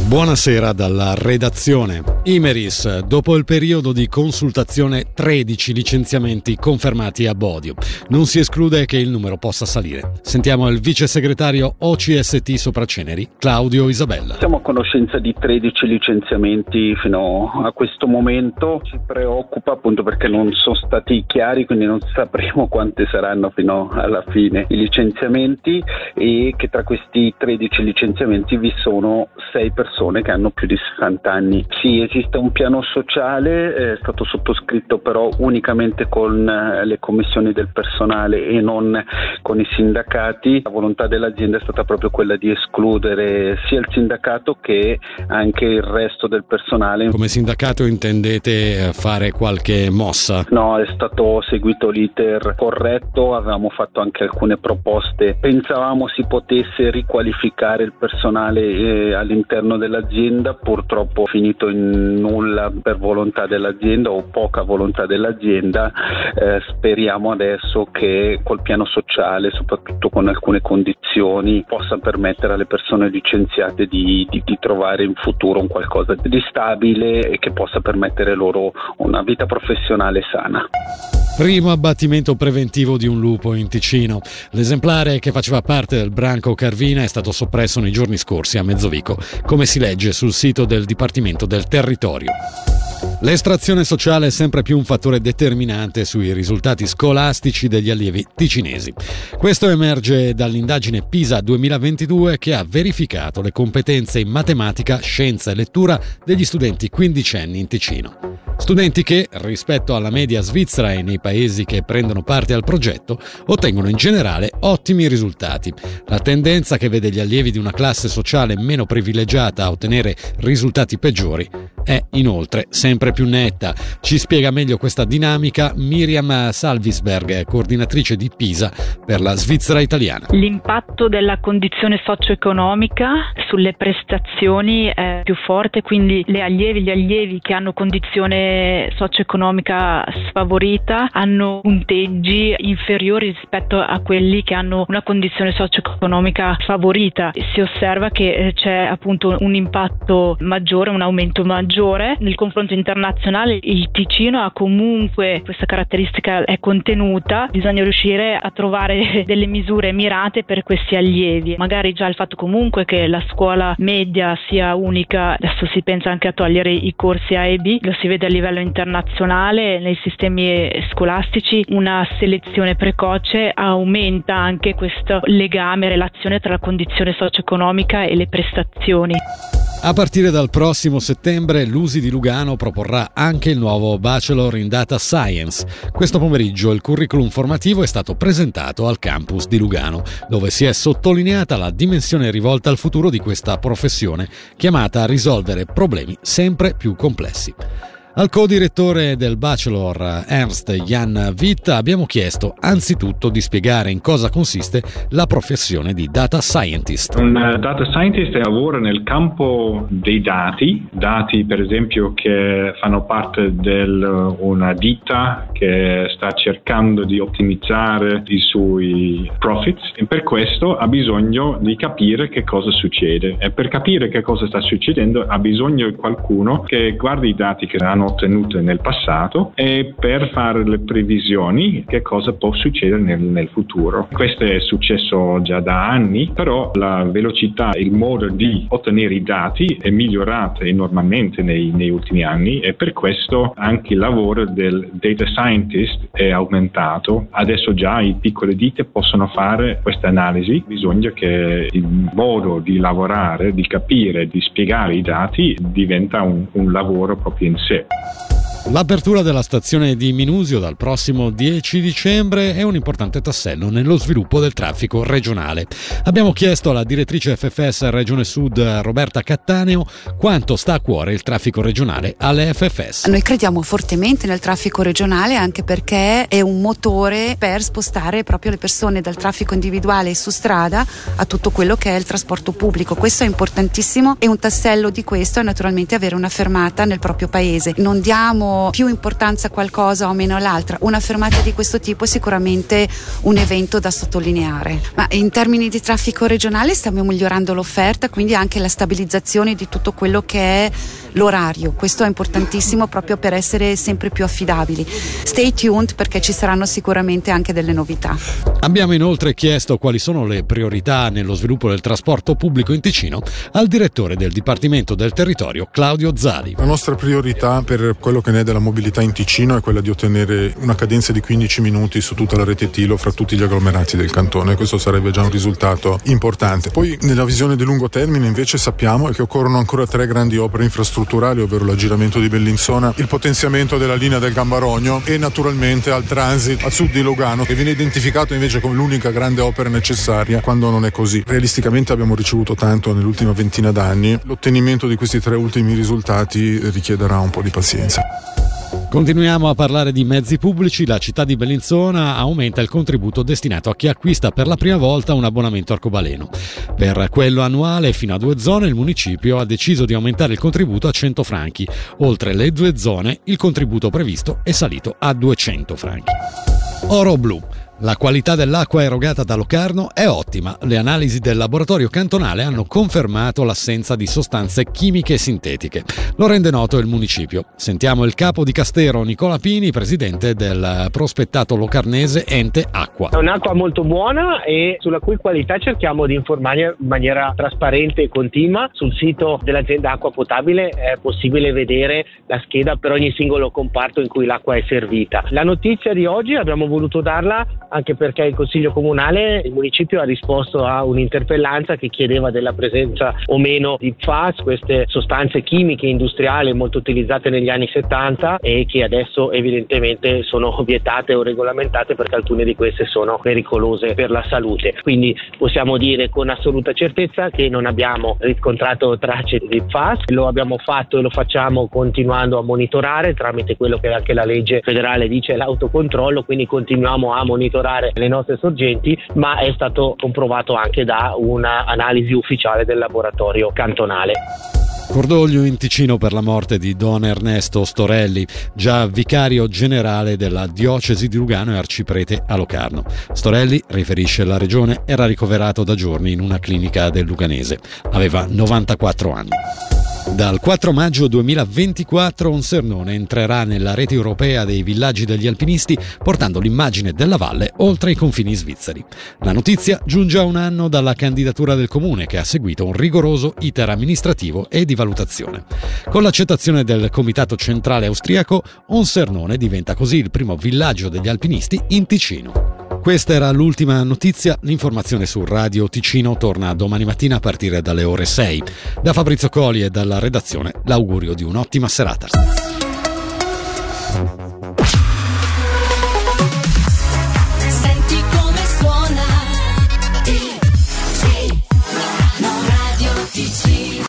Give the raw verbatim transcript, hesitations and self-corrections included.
Buonasera dalla redazione. Imeris, dopo il periodo di consultazione, tredici licenziamenti confermati a Bodio. Non si esclude che il numero possa salire. Sentiamo il vice segretario O C S T Sopraceneri, Claudio Isabella. Siamo a conoscenza di tredici licenziamenti fino a questo momento. Ci preoccupa appunto perché non sono stati chiari, quindi non sapremo quante saranno fino alla fine i licenziamenti, e che tra questi tredici licenziamenti vi sono sei persone che hanno più di sessanta anni. Sì, esiste un piano sociale, è stato sottoscritto però unicamente con le commissioni del personale e non con i sindacati. La volontà dell'azienda è stata proprio quella di escludere sia il sindacato che anche il resto del personale. Come sindacato intendete fare qualche mossa? No, è stato seguito l'iter corretto, avevamo fatto anche alcune proposte. Pensavamo si potesse riqualificare il personale eh, all'interno dell'azienda, purtroppo finito in nulla per volontà dell'azienda o poca volontà dell'azienda. Eh, speriamo adesso che col piano sociale, soprattutto con alcune condizioni, possa permettere alle persone licenziate di, di, di trovare in futuro un qualcosa di stabile e che possa permettere loro una vita professionale sana. Primo abbattimento preventivo di un lupo in Ticino. L'esemplare che faceva parte del branco Carvina è stato soppresso nei giorni scorsi a Mezzovico, come si legge sul sito del Dipartimento del Territorio. L'estrazione sociale è sempre più un fattore determinante sui risultati scolastici degli allievi ticinesi. Questo emerge dall'indagine PISA duemilaventidue, che ha verificato le competenze in matematica, scienza e lettura degli studenti quindicenni in Ticino. Studenti che, rispetto alla media svizzera e nei paesi che prendono parte al progetto, ottengono in generale ottimi risultati. La tendenza che vede gli allievi di una classe sociale meno privilegiata a ottenere risultati peggiori è inoltre sempre più netta. Ci spiega meglio questa dinamica Miriam Salvisberg, coordinatrice di PISA per la Svizzera italiana. L'impatto della condizione socio-economica sulle prestazioni è più forte, quindi le allievi, gli allievi che hanno condizione socio-economica sfavorita hanno punteggi inferiori rispetto a quelli che hanno una condizione socio-economica favorita. Si osserva che c'è appunto un impatto maggiore, un aumento maggiore. Nel confronto internazionale il Ticino ha comunque questa caratteristica, è contenuta. Bisogna riuscire a trovare delle misure mirate per questi allievi. Magari già il fatto comunque che la scuola media sia unica, adesso si pensa anche a togliere i corsi A e B, lo si vede a livello internazionale nei sistemi scolastici. Una selezione precoce aumenta anche questo legame, relazione tra la condizione socio-economica e le prestazioni. A partire dal prossimo settembre l'U S I di Lugano proporrà anche il nuovo Bachelor in Data Science. Questo pomeriggio il curriculum formativo è stato presentato al campus di Lugano, dove si è sottolineata la dimensione rivolta al futuro di questa professione, chiamata a risolvere problemi sempre più complessi. Al co-direttore del Bachelor, Ernst Jan Witt, abbiamo chiesto anzitutto di spiegare in cosa consiste la professione di Data Scientist. Un Data Scientist lavora nel campo dei dati, dati per esempio che fanno parte di una ditta che sta cercando di ottimizzare i suoi profits, e per questo ha bisogno di capire che cosa succede, e per capire che cosa sta succedendo ha bisogno di qualcuno che guardi i dati che hanno ottenute nel passato e per fare le previsioni che cosa può succedere nel, nel futuro. Questo è successo già da anni, però la velocità, il modo di ottenere i dati è migliorato enormemente nei, negli ultimi anni, e per questo anche il lavoro del data scientist è aumentato. Adesso già i piccole ditte possono fare questa analisi. Bisogna che il modo di lavorare, di capire, di spiegare i dati diventa un, un lavoro proprio in sé. L'apertura della stazione di Minusio dal prossimo dieci dicembre è un importante tassello nello sviluppo del traffico regionale. Abbiamo chiesto alla direttrice F F S Regione Sud, Roberta Cattaneo, quanto sta a cuore il traffico regionale alle F F S. Noi crediamo fortemente nel traffico regionale, anche perché è un motore per spostare proprio le persone dal traffico individuale su strada a tutto quello che è il trasporto pubblico. Questo è importantissimo, e un tassello di questo è naturalmente avere una fermata nel proprio paese. Non diamo diamo più importanza a qualcosa o meno all'altra. Una fermata di questo tipo è sicuramente un evento da sottolineare. Ma in termini di traffico regionale stiamo migliorando l'offerta, quindi anche la stabilizzazione di tutto quello che è l'orario. Questo è importantissimo proprio per essere sempre più affidabili. Stay tuned, perché ci saranno sicuramente anche delle novità. Abbiamo inoltre chiesto quali sono le priorità nello sviluppo del trasporto pubblico in Ticino al direttore del Dipartimento del Territorio, Claudio Zali. La nostra priorità per quello che ne è della mobilità in Ticino è quella di ottenere una cadenza di quindici minuti su tutta la rete Tilo fra tutti gli agglomerati del cantone. Questo sarebbe già un risultato importante. Poi nella visione di lungo termine invece sappiamo che occorrono ancora tre grandi opere infrastrutturali, ovvero l'aggiramento di Bellinzona, il potenziamento della linea del Gambarogno e naturalmente al transit a sud di Lugano, che viene identificato invece come l'unica grande opera necessaria, quando non è così. Realisticamente abbiamo ricevuto tanto nell'ultima ventina d'anni. L'ottenimento di questi tre ultimi risultati richiederà un po' di pazienza. Continuiamo a parlare di mezzi pubblici. La città di Bellinzona aumenta il contributo destinato a chi acquista per la prima volta un abbonamento arcobaleno. Per quello annuale fino a due zone il municipio ha deciso di aumentare il contributo a cento franchi. Oltre le due zone il contributo previsto è salito a duecento franchi. Oro blu. La qualità dell'acqua erogata da Locarno è ottima. Le analisi del laboratorio cantonale hanno confermato l'assenza di sostanze chimiche sintetiche. Lo rende noto il municipio. Sentiamo il capo di Castero, Nicola Pini, presidente del prospettato locarnese Ente Acqua. È un'acqua molto buona e sulla cui qualità cerchiamo di informare in maniera trasparente e continua. Sul sito dell'azienda Acqua Potabile è possibile vedere la scheda per ogni singolo comparto in cui l'acqua è servita. La notizia di oggi abbiamo voluto darla anche perché il Consiglio Comunale, il municipio, ha risposto a un'interpellanza che chiedeva della presenza o meno di P F A S, queste sostanze chimiche industriali molto utilizzate negli anni settanta e che adesso evidentemente sono vietate o regolamentate perché alcune di queste sono pericolose per la salute. Quindi possiamo dire con assoluta certezza che non abbiamo riscontrato tracce di P F A S. Lo abbiamo fatto e lo facciamo continuando a monitorare tramite quello che anche la legge federale dice, l'autocontrollo, quindi continuiamo a monitorare le nostre sorgenti, ma è stato comprovato anche da una analisi ufficiale del laboratorio cantonale. Cordoglio in Ticino per la morte di Don Ernesto Storelli, già vicario generale della diocesi di Lugano e arciprete a Locarno. Storelli, riferisce la regione, era ricoverato da giorni in una clinica del Luganese. Aveva novantaquattro anni. Dal quattro maggio duemilaventiquattro un Sernone entrerà nella rete europea dei villaggi degli alpinisti portando l'immagine della valle oltre i confini svizzeri. La notizia giunge a un anno dalla candidatura del comune, che ha seguito un rigoroso iter amministrativo e di valutazione. Con l'accettazione del Comitato Centrale Austriaco, Onsernone diventa così il primo villaggio degli alpinisti in Ticino. Questa era l'ultima notizia. L'informazione su Radio Ticino torna domani mattina a partire dalle ore sei. Da Fabrizio Coli e dalla redazione l'augurio di un'ottima serata.